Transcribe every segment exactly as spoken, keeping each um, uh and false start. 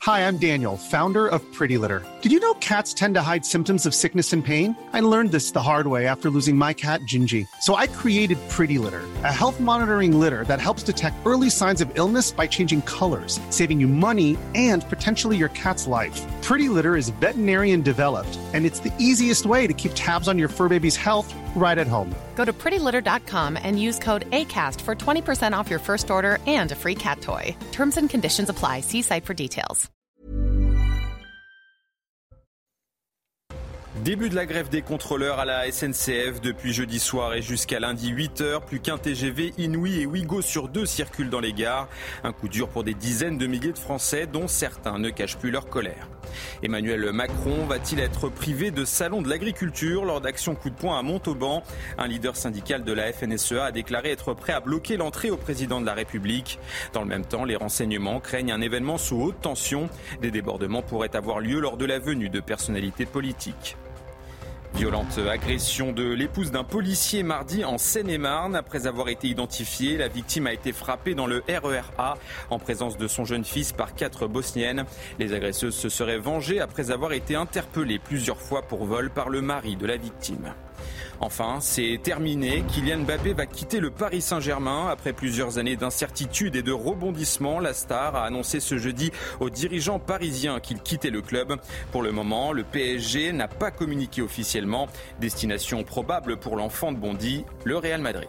Hi, I'm Daniel, founder of Pretty Litter. Did you know cats tend to hide symptoms of sickness and pain? I learned this the hard way after losing my cat, Gingy. So I created Pretty Litter, a health monitoring litter that helps detect early signs of illness by changing colors, saving you money and potentially your cat's life. Pretty Litter is veterinarian developed, and it's the easiest way to keep tabs on your fur baby's health right at home. Go to pretty litter dot com and use code ACAST for twenty percent off your first order and a free cat toy. Terms and conditions apply. See site for details. Début de la grève des contrôleurs à la S N C F depuis jeudi soir et jusqu'à lundi huit heures. Plus qu'un T G V Inouï et Ouigo sur deux circulent dans les gares. Un coup dur pour des dizaines de milliers de Français dont certains ne cachent plus leur colère. Emmanuel Macron va-t-il être privé de salon de l'agriculture lors d'actions coup de poing à Montauban? Un leader syndical de la F N S E A a déclaré être prêt à bloquer l'entrée au président de la République. Dans le même temps, les renseignements craignent un événement sous haute tension. Des débordements pourraient avoir lieu lors de la venue de personnalités politiques. Violente agression de l'épouse d'un policier mardi en Seine-et-Marne. Après avoir été identifiée, la victime a été frappée dans le R E R A en présence de son jeune fils par quatre bosniennes. Les agresseuses se seraient vengées après avoir été interpellées plusieurs fois pour vol par le mari de la victime. Enfin, c'est terminé. Kylian Mbappé va quitter le Paris Saint-Germain. Après plusieurs années d'incertitude et de rebondissement, la star a annoncé ce jeudi aux dirigeants parisiens qu'il quittait le club. Pour le moment, le P S G n'a pas communiqué officiellement. Destination probable pour l'enfant de Bondy, le Real Madrid.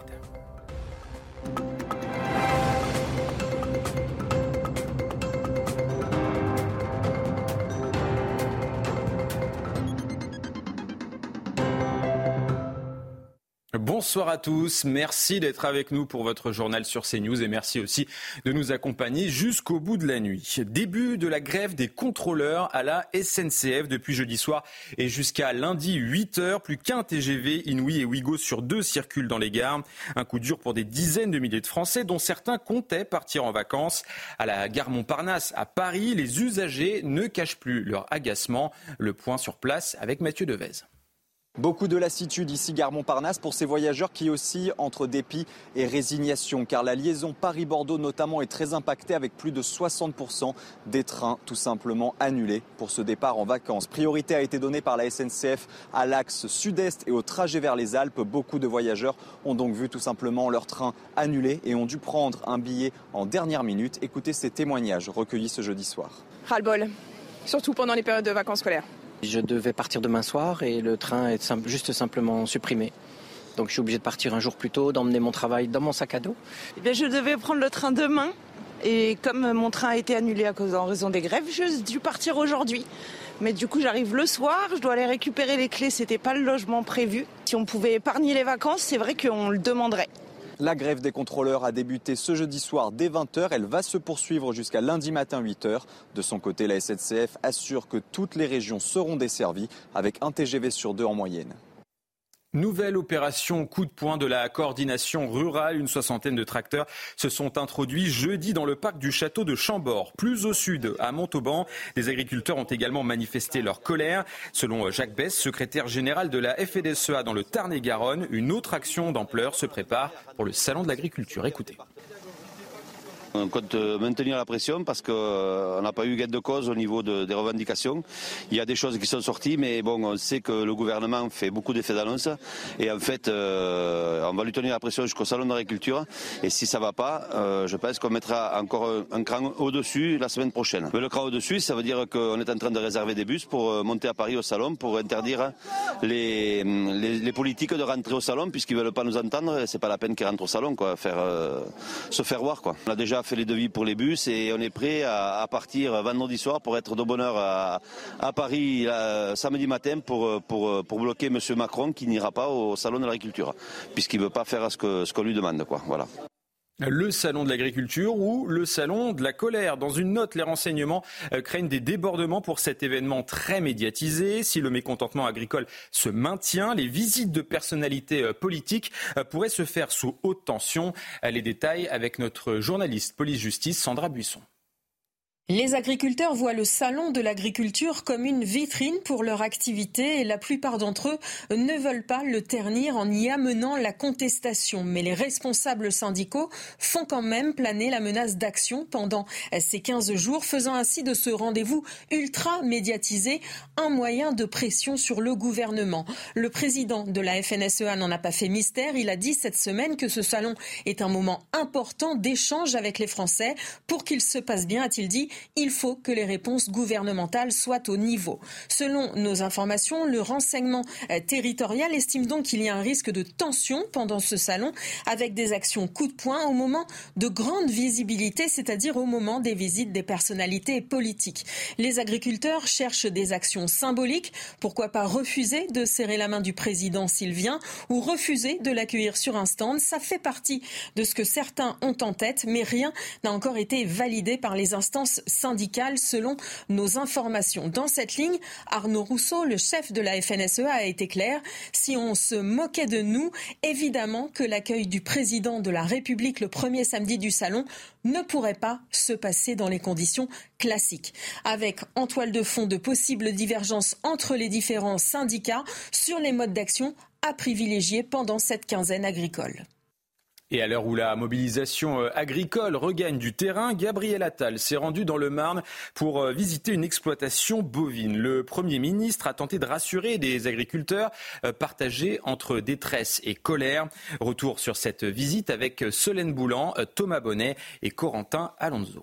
Bonsoir à tous, merci d'être avec nous pour votre journal sur CNews et merci aussi de nous accompagner jusqu'au bout de la nuit. Début de la grève des contrôleurs à la S N C F depuis jeudi soir et jusqu'à lundi huit heures. Plus qu'un T G V Inouï et Ouigo sur deux circulent dans les gares. Un coup dur pour des dizaines de milliers de Français dont certains comptaient partir en vacances. À la gare Montparnasse à Paris, les usagers ne cachent plus leur agacement. Le point sur place avec Mathieu Devez. Beaucoup de lassitude ici, gare Montparnasse, pour ces voyageurs qui oscillent entre dépit et résignation. Car la liaison Paris-Bordeaux notamment est très impactée avec plus de soixante pour cent des trains tout simplement annulés pour ce départ en vacances. Priorité a été donnée par la S N C F à l'axe sud-est et au trajet vers les Alpes. Beaucoup de voyageurs ont donc vu tout simplement leur train annulé et ont dû prendre un billet en dernière minute. Écoutez ces témoignages recueillis ce jeudi soir. Ras-le-bol, surtout pendant les périodes de vacances scolaires. Je devais partir demain soir et le train est simple, juste simplement supprimé. Donc je suis obligé de partir un jour plus tôt, d'emmener mon travail dans mon sac à dos. Eh bien, je devais prendre le train demain et comme mon train a été annulé à cause en raison des grèves, j'ai dû partir aujourd'hui. Mais du coup, j'arrive le soir, je dois aller récupérer les clés, c'était pas le logement prévu. Si on pouvait épargner les vacances, c'est vrai qu'on le demanderait. La grève des contrôleurs a débuté ce jeudi soir dès vingt heures. Elle va se poursuivre jusqu'à lundi matin huit heures. De son côté, la S N C F assure que toutes les régions seront desservies avec un T G V sur deux en moyenne. Nouvelle opération coup de poing de la coordination rurale. Une soixantaine de tracteurs se sont introduits jeudi dans le parc du château de Chambord. Plus au sud, à Montauban, des agriculteurs ont également manifesté leur colère. Selon Jacques Besse, secrétaire général de la F N S E A dans le Tarn-et-Garonne, une autre action d'ampleur se prépare pour le salon de l'agriculture. Écoutez. On compte maintenir la pression parce qu'on n'a pas eu gain de cause au niveau de, des revendications. Il y a des choses qui sont sorties, mais bon, on sait que le gouvernement fait beaucoup d'effets d'annonce. Et en fait, euh, on va lui tenir la pression jusqu'au salon de l'agriculture. Et si ça ne va pas, euh, je pense qu'on mettra encore un, un cran au-dessus la semaine prochaine. Mais le cran au-dessus, ça veut dire qu'on est en train de réserver des bus pour monter à Paris au salon, pour interdire les, les, les politiques de rentrer au salon, puisqu'ils ne veulent pas nous entendre. C'est pas la peine qu'ils rentrent au salon, quoi, faire, euh, se faire voir, quoi. On a déjà fait les devis pour les bus et on est prêt à, à partir vendredi soir pour être de bonne heure à, à Paris là, samedi matin pour, pour, pour bloquer M. Macron qui n'ira pas au salon de l'agriculture puisqu'il ne veut pas faire ce, que, ce qu'on lui demande, quoi. Voilà. Le salon de l'agriculture ou le salon de la colère. Dans une note, les renseignements craignent des débordements pour cet événement très médiatisé. Si le mécontentement agricole se maintient, les visites de personnalités politiques pourraient se faire sous haute tension. Les détails avec notre journaliste police-justice Sandra Buisson. Les agriculteurs voient le salon de l'agriculture comme une vitrine pour leur activité et la plupart d'entre eux ne veulent pas le ternir en y amenant la contestation. Mais les responsables syndicaux font quand même planer la menace d'action pendant ces quinze jours, faisant ainsi de ce rendez-vous ultra médiatisé un moyen de pression sur le gouvernement. Le président de la F N S E A n'en a pas fait mystère. Il a dit cette semaine que ce salon est un moment important d'échange avec les Français. Pour qu'il se passe bien, a-t-il dit, il faut que les réponses gouvernementales soient au niveau. Selon nos informations, le renseignement territorial estime donc qu'il y a un risque de tension pendant ce salon avec des actions coup de poing au moment de grande visibilité, c'est-à-dire au moment des visites des personnalités politiques. Les agriculteurs cherchent des actions symboliques. Pourquoi pas refuser de serrer la main du président s'il vient ou refuser de l'accueillir sur un stand? Ça fait partie de ce que certains ont en tête, mais rien n'a encore été validé par les instances syndicales selon nos informations. Dans cette ligne, Arnaud Rousseau, le chef de la F N S E A, a été clair. Si on se moquait de nous, évidemment que l'accueil du président de la République le premier samedi du salon ne pourrait pas se passer dans les conditions classiques. Avec en toile de fond de possibles divergences entre les différents syndicats sur les modes d'action à privilégier pendant cette quinzaine agricole. Et à l'heure où la mobilisation agricole regagne du terrain, Gabriel Attal s'est rendu dans le Marne pour visiter une exploitation bovine. Le Premier ministre a tenté de rassurer des agriculteurs partagés entre détresse et colère. Retour sur cette visite avec Solène Boulan, Thomas Bonnet et Corentin Alonso.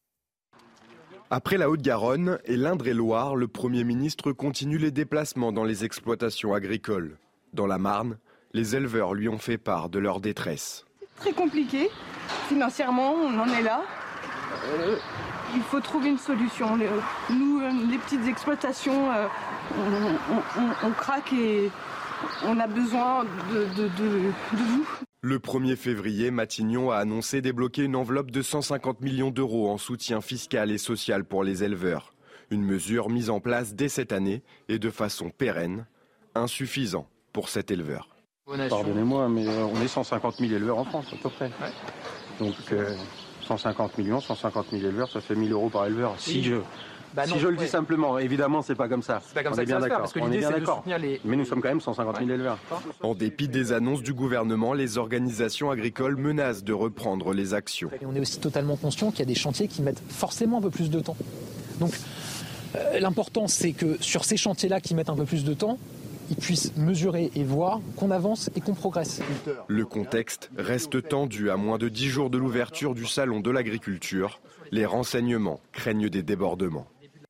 Après la Haute-Garonne et l'Indre-et-Loire, le Premier ministre continue les déplacements dans les exploitations agricoles. Dans la Marne, les éleveurs lui ont fait part de leur détresse. Très compliqué. Financièrement, on en est là. Euh, il faut trouver une solution. Les, nous, les petites exploitations, euh, on, on, on craque et on a besoin de, de, de, de vous. Le premier février, Matignon a annoncé débloquer une enveloppe de cent cinquante millions d'euros en soutien fiscal et social pour les éleveurs. Une mesure mise en place dès cette année et de façon pérenne, insuffisant pour cet éleveur. Pardonnez-moi, mais on est cent cinquante mille éleveurs en France, à peu près. Ouais. Donc euh, cent cinquante millions, cent cinquante mille éleveurs, ça fait mille euros par éleveur. Si oui. je, bah non, si je le ouais. dis simplement, évidemment, c'est pas comme ça. C'est pas comme on ça est bien d'accord. Parce que on est bien d'accord. Les... Mais nous sommes quand même cent cinquante mille ouais. éleveurs. En dépit des annonces du gouvernement, les organisations agricoles menacent de reprendre les actions. Et on est aussi totalement conscient qu'il y a des chantiers qui mettent forcément un peu plus de temps. Donc euh, l'important, c'est que sur ces chantiers-là qui mettent un peu plus de temps, ils puissent mesurer et voir qu'on avance et qu'on progresse. Le contexte reste tendu à moins de dix jours de l'ouverture du salon de l'agriculture. Les renseignements craignent des débordements.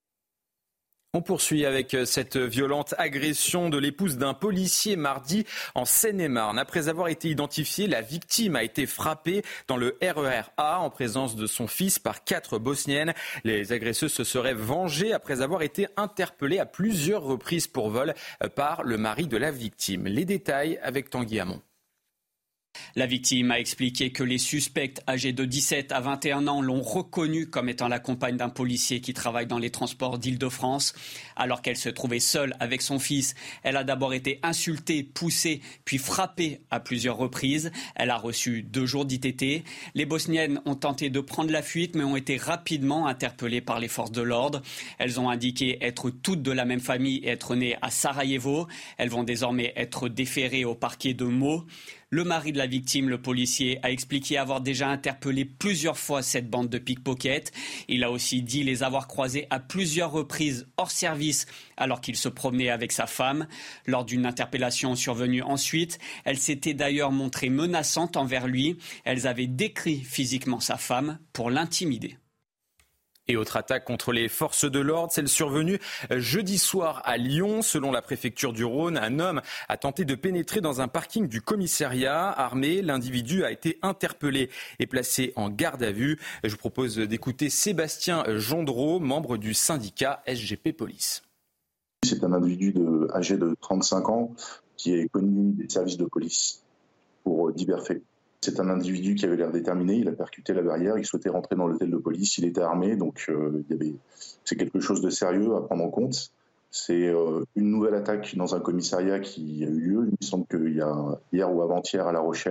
On poursuit avec cette violente agression de l'épouse d'un policier mardi en Seine-et-Marne. Après avoir été identifiée, la victime a été frappée dans le R E R A en présence de son fils par quatre Bosniennes. Les agresseuses se seraient vengées après avoir été interpellées à plusieurs reprises pour vol par le mari de la victime. Les détails avec Tanguy Hamon. La victime a expliqué que les suspects âgés de dix-sept à vingt et un ans l'ont reconnue comme étant la compagne d'un policier qui travaille dans les transports d'Île-de-France. Alors qu'elle se trouvait seule avec son fils, elle a d'abord été insultée, poussée, puis frappée à plusieurs reprises. Elle a reçu deux jours d'I T T. Les Bosniennes ont tenté de prendre la fuite, mais ont été rapidement interpellées par les forces de l'ordre. Elles ont indiqué être toutes de la même famille et être nées à Sarajevo. Elles vont désormais être déférées au parquet de Meaux. Le mari de la victime, le policier, a expliqué avoir déjà interpellé plusieurs fois cette bande de pickpockets. Il a aussi dit les avoir croisés à plusieurs reprises hors service alors qu'il se promenait avec sa femme. Lors d'une interpellation survenue ensuite, elle s'était d'ailleurs montrée menaçante envers lui. Elles avaient décrit physiquement sa femme pour l'intimider. Et autre attaque contre les forces de l'ordre, celle survenue jeudi soir à Lyon. Selon la préfecture du Rhône, un homme a tenté de pénétrer dans un parking du commissariat. Armé, l'individu a été interpellé et placé en garde à vue. Je vous propose d'écouter Sébastien Gendreau, membre du syndicat S G P Police. C'est un individu de, âgé de trente-cinq ans qui est connu des services de police pour divers faits. C'est un individu qui avait l'air déterminé, il a percuté la barrière, il souhaitait rentrer dans l'hôtel de police, il était armé, donc euh, il y avait, c'est quelque chose de sérieux à prendre en compte. C'est euh, une nouvelle attaque dans un commissariat qui a eu lieu. Il me semble qu'il y a hier ou avant-hier à La Rochelle,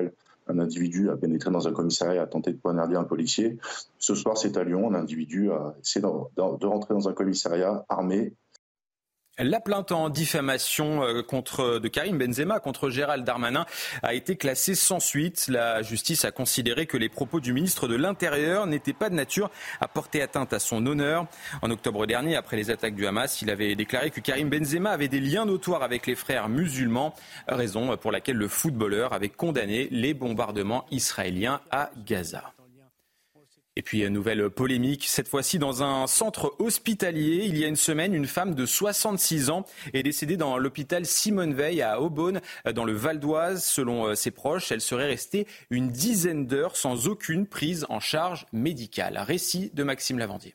un individu a pénétré dans un commissariat et a tenté de poignarder un policier. Ce soir, c'est à Lyon, un individu a essayé de rentrer dans un commissariat armé. La plainte en diffamation contre, de Karim Benzema contre Gérald Darmanin a été classée sans suite. La justice a considéré que les propos du ministre de l'Intérieur n'étaient pas de nature à porter atteinte à son honneur. En octobre dernier, après les attaques du Hamas, il avait déclaré que Karim Benzema avait des liens notoires avec les frères musulmans, raison pour laquelle le footballeur avait condamné les bombardements israéliens à Gaza. Et puis, nouvelle polémique, cette fois-ci dans un centre hospitalier. Il y a une semaine, une femme de soixante-six ans est décédée dans l'hôpital Simone Veil à Aubonne, dans le Val d'Oise. Selon ses proches, elle serait restée une dizaine d'heures sans aucune prise en charge médicale. Récit de Maxime Lavandier.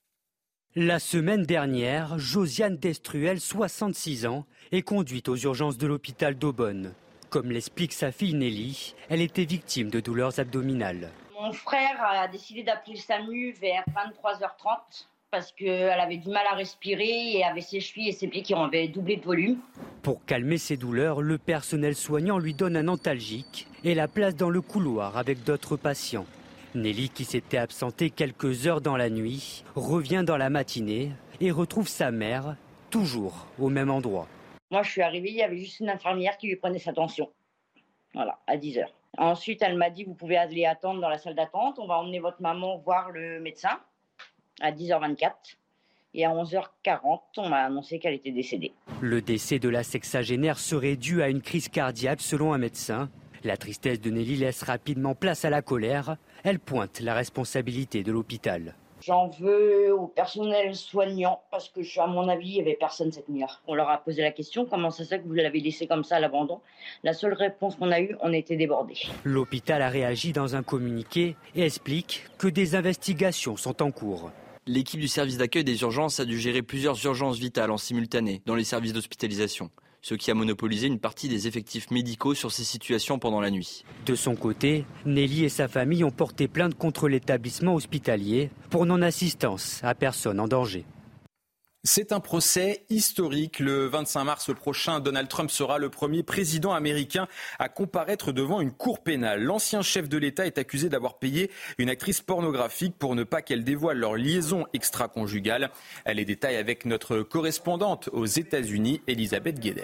La semaine dernière, Josiane Destruel, soixante-six ans, est conduite aux urgences de l'hôpital d'Aubonne. Comme l'explique sa fille Nelly, elle était victime de douleurs abdominales. Mon frère a décidé d'appeler le SAMU vers vingt-trois heures trente parce qu'elle avait du mal à respirer et avait ses chevilles et ses pieds qui avaient doublé de volume. Pour calmer ses douleurs, le personnel soignant lui donne un antalgique et la place dans le couloir avec d'autres patients. Nelly, qui s'était absentée quelques heures dans la nuit, revient dans la matinée et retrouve sa mère, toujours au même endroit. Moi, je suis arrivée, il y avait juste une infirmière qui lui prenait sa tension. Voilà, à dix heures. Ensuite, elle m'a dit, vous pouvez aller attendre dans la salle d'attente. On va emmener votre maman voir le médecin à dix heures vingt-quatre. Et à onze heures quarante, on m'a annoncé qu'elle était décédée. Le décès de la sexagénaire serait dû à une crise cardiaque selon un médecin. La tristesse de Nelly laisse rapidement place à la colère. Elle pointe la responsabilité de l'hôpital. J'en veux au personnel soignant parce que, à mon avis, il n'y avait personne cette nuit-là. On leur a posé la question, comment ça se fait que vous l'avez laissé comme ça à l'abandon ? La seule réponse qu'on a eue, on était débordés. L'hôpital a réagi dans un communiqué et explique que des investigations sont en cours. L'équipe du service d'accueil des urgences a dû gérer plusieurs urgences vitales en simultané dans les services d'hospitalisation, ce qui a monopolisé une partie des effectifs médicaux sur ces situations pendant la nuit. De son côté, Nelly et sa famille ont porté plainte contre l'établissement hospitalier pour non-assistance à personne en danger. C'est un procès historique. Le vingt-cinq mars prochain, Donald Trump sera le premier président américain à comparaître devant une cour pénale. L'ancien chef de l'État est accusé d'avoir payé une actrice pornographique pour ne pas qu'elle dévoile leur liaison extra-conjugale. Les détails avec notre correspondante aux États-Unis, Elisabeth Guedel.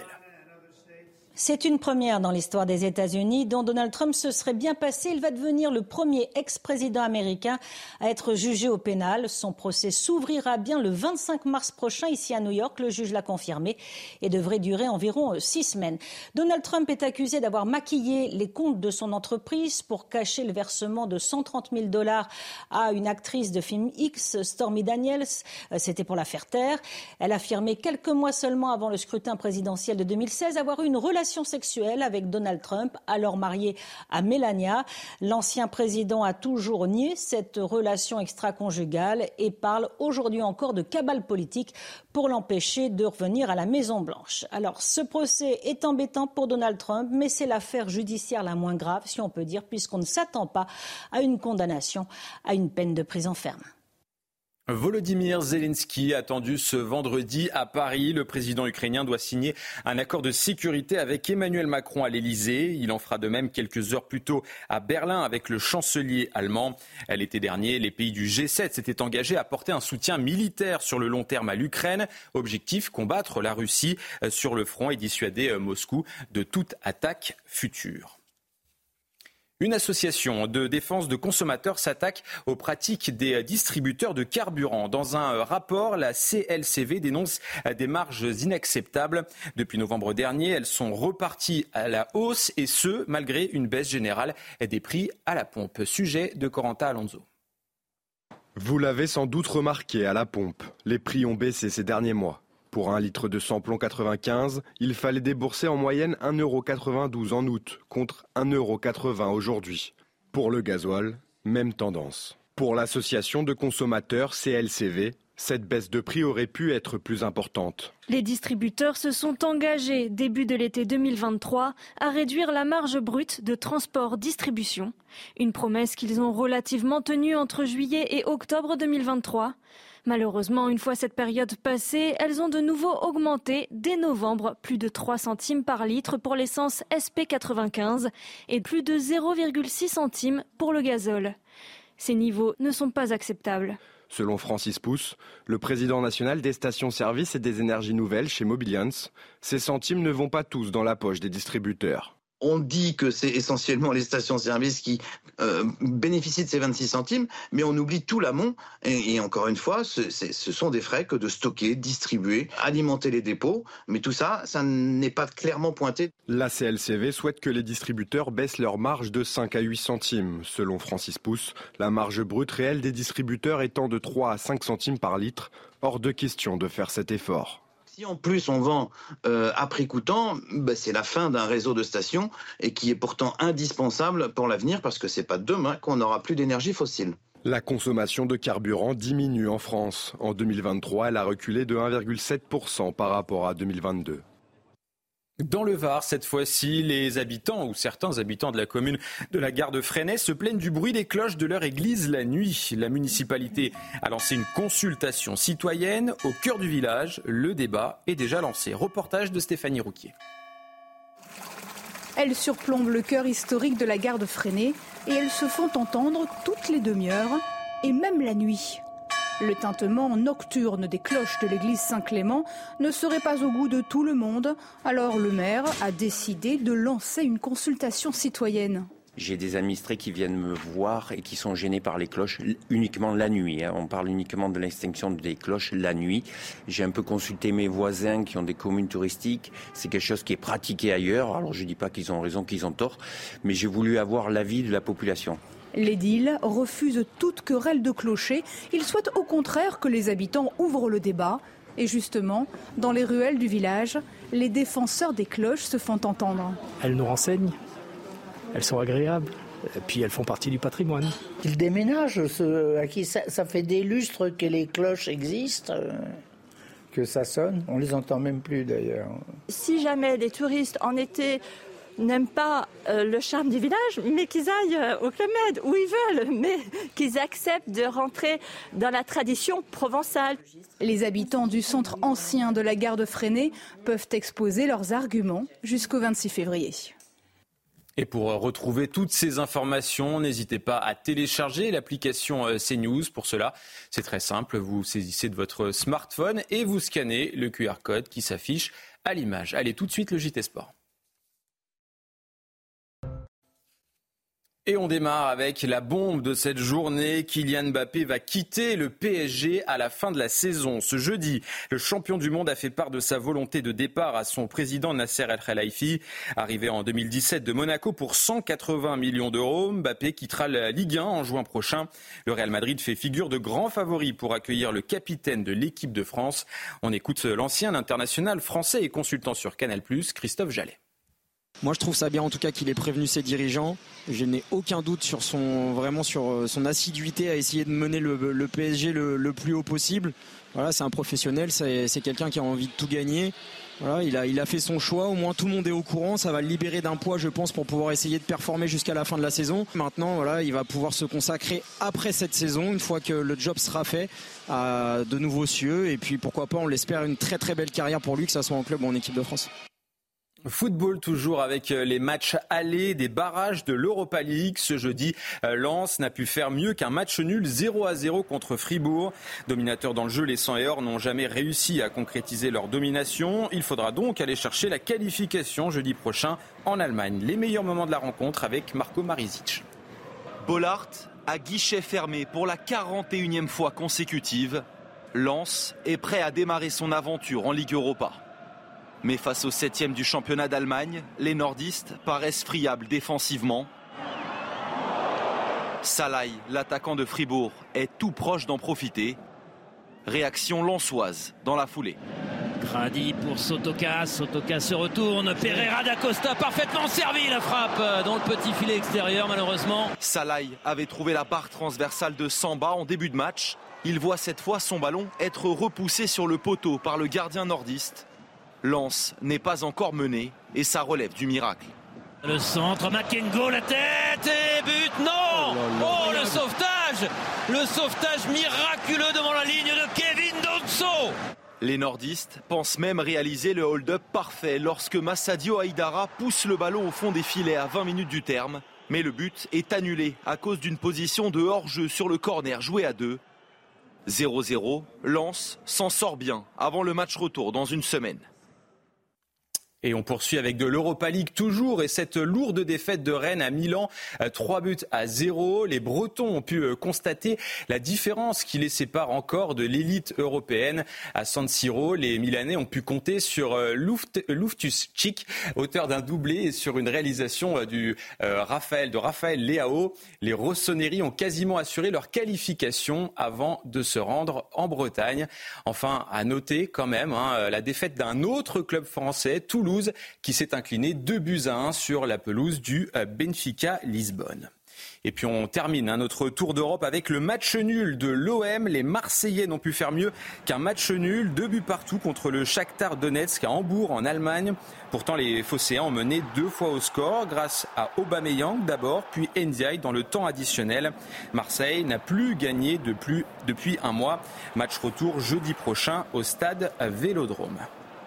C'est une première dans l'histoire des États-Unis dont Donald Trump se serait bien passé. Il va devenir le premier ex-président américain à être jugé au pénal. Son procès s'ouvrira bien le vingt-cinq mars prochain ici à New York. Le juge l'a confirmé et devrait durer environ six semaines. Donald Trump est accusé d'avoir maquillé les comptes de son entreprise pour cacher le versement de cent trente mille dollars à une actrice de film X, Stormy Daniels. C'était pour l'affaire Terre. Elle affirmait quelques mois seulement avant le scrutin présidentiel de deux mille seize avoir eu une relation sexuelle avec Donald Trump, alors marié à Melania. L'ancien président a toujours nié cette relation extra-conjugale et parle aujourd'hui encore de cabale politique pour l'empêcher de revenir à la Maison-Blanche. Alors, ce procès est embêtant pour Donald Trump, mais c'est l'affaire judiciaire la moins grave, si on peut dire, puisqu'on ne s'attend pas à une condamnation à une peine de prison ferme. Volodymyr Zelensky attendu ce vendredi à Paris. Le président ukrainien doit signer un accord de sécurité avec Emmanuel Macron à l'Elysée. Il en fera de même quelques heures plus tôt à Berlin avec le chancelier allemand. L'été dernier, les pays du G sept s'étaient engagés à apporter un soutien militaire sur le long terme à l'Ukraine. Objectif, combattre la Russie sur le front et dissuader Moscou de toute attaque future. Une association de défense de consommateurs s'attaque aux pratiques des distributeurs de carburant. Dans un rapport, la C L C V dénonce des marges inacceptables. Depuis novembre dernier, elles sont reparties à la hausse et ce, malgré une baisse générale des prix à la pompe. Sujet de Corentin Alonso. Vous l'avez sans doute remarqué à la pompe. Les prix ont baissé ces derniers mois. Pour un litre de samplon quatre-vingt-quinze, il fallait débourser en moyenne un euro quatre-vingt-douze en août, contre un euro quatre-vingts aujourd'hui. Pour le gasoil, même tendance. Pour l'association de consommateurs C L C V, Cette baisse de prix aurait pu être plus importante. Les distributeurs se sont engagés début de l'été deux mille vingt-trois à réduire la marge brute de transport-distribution. Une promesse qu'ils ont relativement tenue entre juillet et octobre deux mille vingt-trois. Malheureusement, une fois cette période passée, elles ont de nouveau augmenté dès novembre, plus de trois centimes par litre pour l'essence S P quatre-vingt-quinze et plus de zéro virgule six centimes pour le gazole. Ces niveaux ne sont pas acceptables. Selon Francis Pousse, le président national des stations-service et des énergies nouvelles chez Mobilians, ces centimes ne vont pas tous dans la poche des distributeurs. On dit que c'est essentiellement les stations-service qui euh, bénéficient de ces vingt-six centimes, mais on oublie tout l'amont. Et, et encore une fois, ce, ce sont des frais que de stocker, distribuer, alimenter les dépôts. Mais tout ça, ça n'est pas clairement pointé. La C L C V souhaite que les distributeurs baissent leur marge de cinq à huit centimes. Selon Francis Pousse, la marge brute réelle des distributeurs étant de trois à cinq centimes par litre, hors de question de faire cet effort. Si en plus on vend euh, à prix coûtant, bah c'est la fin d'un réseau de stations et qui est pourtant indispensable pour l'avenir parce que c'est pas demain qu'on n'aura plus d'énergie fossile. La consommation de carburant diminue en France. En deux mille vingt-trois, elle a reculé de un virgule sept pour cent par rapport à deux mille vingt-deux. Dans le Var, cette fois-ci, les habitants ou certains habitants de la commune de la gare de Fresnay se plaignent du bruit des cloches de leur église la nuit. La municipalité a lancé une consultation citoyenne au cœur du village. Le débat est déjà lancé. Reportage de Stéphanie Rouquier. Elles surplombent le cœur historique de la gare de Fresnay et elles se font entendre toutes les demi-heures et même la nuit. Le tintement nocturne des cloches de l'église Saint-Clément ne serait pas au goût de tout le monde. Alors le maire a décidé de lancer une consultation citoyenne. J'ai des administrés qui viennent me voir et qui sont gênés par les cloches uniquement la nuit. Hein. On parle uniquement de l'extinction des cloches la nuit. J'ai un peu consulté mes voisins qui ont des communes touristiques. C'est quelque chose qui est pratiqué ailleurs. Alors je ne dis pas qu'ils ont raison, qu'ils ont tort, mais j'ai voulu avoir l'avis de la population. L'édile refuse toute querelle de clocher. Il souhaite au contraire que les habitants ouvrent le débat. Et justement, dans les ruelles du village, les défenseurs des cloches se font entendre. Elles nous renseignent, elles sont agréables, et puis elles font partie du patrimoine. Ils déménagent, ceux à qui ça, ça fait des lustres que les cloches existent, que ça sonne. On les entend même plus d'ailleurs. Si jamais des touristes en été n'aiment pas euh, le charme du village, mais qu'ils aillent euh, au Club Med, où ils veulent, mais qu'ils acceptent de rentrer dans la tradition provençale. Les habitants du centre ancien de la gare de Fresnay peuvent exposer leurs arguments jusqu'au vingt-six février. Et pour retrouver toutes ces informations, n'hésitez pas à télécharger l'application CNews. Pour cela, c'est très simple, vous saisissez de votre smartphone et vous scannez le Q R code qui s'affiche à l'image. Allez, tout de suite le J T Sport. Et on démarre avec la bombe de cette journée. Kylian Mbappé va quitter le P S G à la fin de la saison. Ce jeudi, le champion du monde a fait part de sa volonté de départ à son président Nasser El-Khelaifi. Arrivé en deux mille dix-sept de Monaco pour cent quatre-vingts millions d'euros, Mbappé quittera la Ligue un en juin prochain. Le Real Madrid fait figure de grand favori pour accueillir le capitaine de l'équipe de France. On écoute l'ancien international français et consultant sur Canal plus, Christophe Jallet. Moi, je trouve ça bien en tout cas qu'il ait prévenu ses dirigeants. Je n'ai aucun doute sur son, vraiment sur son assiduité à essayer de mener le, le P S G le, le plus haut possible. Voilà, c'est un professionnel, c'est, c'est quelqu'un qui a envie de tout gagner. Voilà, il a, il a fait son choix, au moins tout le monde est au courant. Ça va le libérer d'un poids, je pense, pour pouvoir essayer de performer jusqu'à la fin de la saison. Maintenant, voilà, il va pouvoir se consacrer après cette saison, une fois que le job sera fait, à de nouveaux cieux. Et puis pourquoi pas, on l'espère, une très très belle carrière pour lui, que ce soit en club ou en équipe de France. Football toujours avec les matchs allés des barrages de l'Europa League. Ce jeudi, Lens n'a pu faire mieux qu'un match nul zéro à zéro contre Fribourg. Dominateurs dans le jeu, les cent et or n'ont jamais réussi à concrétiser leur domination. Il faudra donc aller chercher la qualification jeudi prochain en Allemagne. Les meilleurs moments de la rencontre avec Marco Marizic. Bollaert à guichet fermé pour la quarante et unième fois consécutive. Lens est prêt à démarrer son aventure en Ligue Europa. Mais face au septième du championnat d'Allemagne, les nordistes paraissent friables défensivement. Salai, l'attaquant de Fribourg, est tout proche d'en profiter. Réaction lensoise dans la foulée. Grady pour Sotoka, Sotoka se retourne, Pereira d'Acosta parfaitement servi, la frappe dans le petit filet extérieur malheureusement. Salai avait trouvé la barre transversale de Samba en début de match. Il voit cette fois son ballon être repoussé sur le poteau par le gardien nordiste. Lens n'est pas encore mené et ça relève du miracle. Le centre, Makengo, la tête et but, non. Oh, là là. Oh, le sauvetage, le sauvetage miraculeux devant la ligne de Kevin Danso. Les nordistes pensent même réaliser le hold-up parfait lorsque Massadio Haïdara pousse le ballon au fond des filets à vingt minutes du terme. Mais le but est annulé à cause d'une position de hors-jeu sur le corner joué à deux. zéro zéro, Lens s'en sort bien avant le match retour dans une semaine. Et on poursuit avec de l'Europa League toujours et cette lourde défaite de Rennes à Milan, trois buts à zéro. Les Bretons ont pu constater la différence qui les sépare encore de l'élite européenne. À San Siro, les Milanais ont pu compter sur Loftus-Cheek, auteur d'un doublé et sur une réalisation du, euh, Raphaël, de Raphaël Leao. Les Rossoneri ont quasiment assuré leur qualification avant de se rendre en Bretagne. Enfin, à noter quand même hein, la défaite d'un autre club français, Toulouse, qui s'est incliné deux buts à un sur la pelouse du Benfica Lisbonne. Et puis on termine hein, notre tour d'Europe avec le match nul de l'O M. Les Marseillais n'ont pu faire mieux qu'un match nul, deux buts partout contre le Shakhtar Donetsk à Hambourg en Allemagne. Pourtant les Phocéens ont mené deux fois au score grâce à Aubameyang d'abord, puis Ndiaye dans le temps additionnel. Marseille n'a plus gagné de plus, depuis un mois. Match retour jeudi prochain au stade Vélodrome.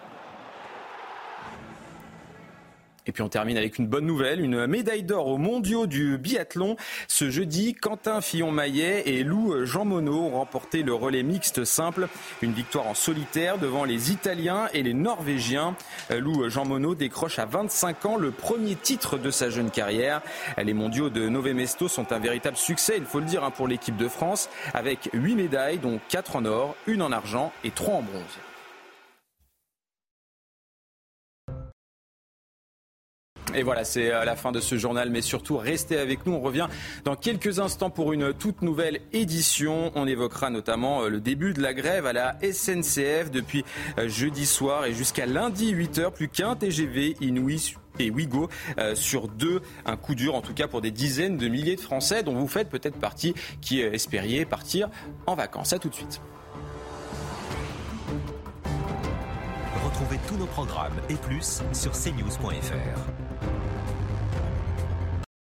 Et puis on termine avec une bonne nouvelle, une médaille d'or aux mondiaux du biathlon. Ce jeudi, Quentin Fillon-Maillet et Lou Jean Monod ont remporté le relais mixte simple. Une victoire en solitaire devant les Italiens et les Norvégiens. Lou Jean Monod décroche à vingt-cinq ans le premier titre de sa jeune carrière. Les mondiaux de Nové Mesto sont un véritable succès, il faut le dire, pour l'équipe de France, avec huit médailles, dont quatre en or, une en argent et trois en bronze. Et voilà, c'est la fin de ce journal, mais surtout restez avec nous. On revient dans quelques instants pour une toute nouvelle édition. On évoquera notamment le début de la grève à la S N C F depuis jeudi soir et jusqu'à lundi huit heures. Plus qu'un T G V Inouï et Ouigo euh, sur deux. Un coup dur en tout cas pour des dizaines de milliers de Français dont vous faites peut-être partie qui euh, espériez partir en vacances. À tout de suite. Retrouvez tous nos programmes et plus sur c news point f r.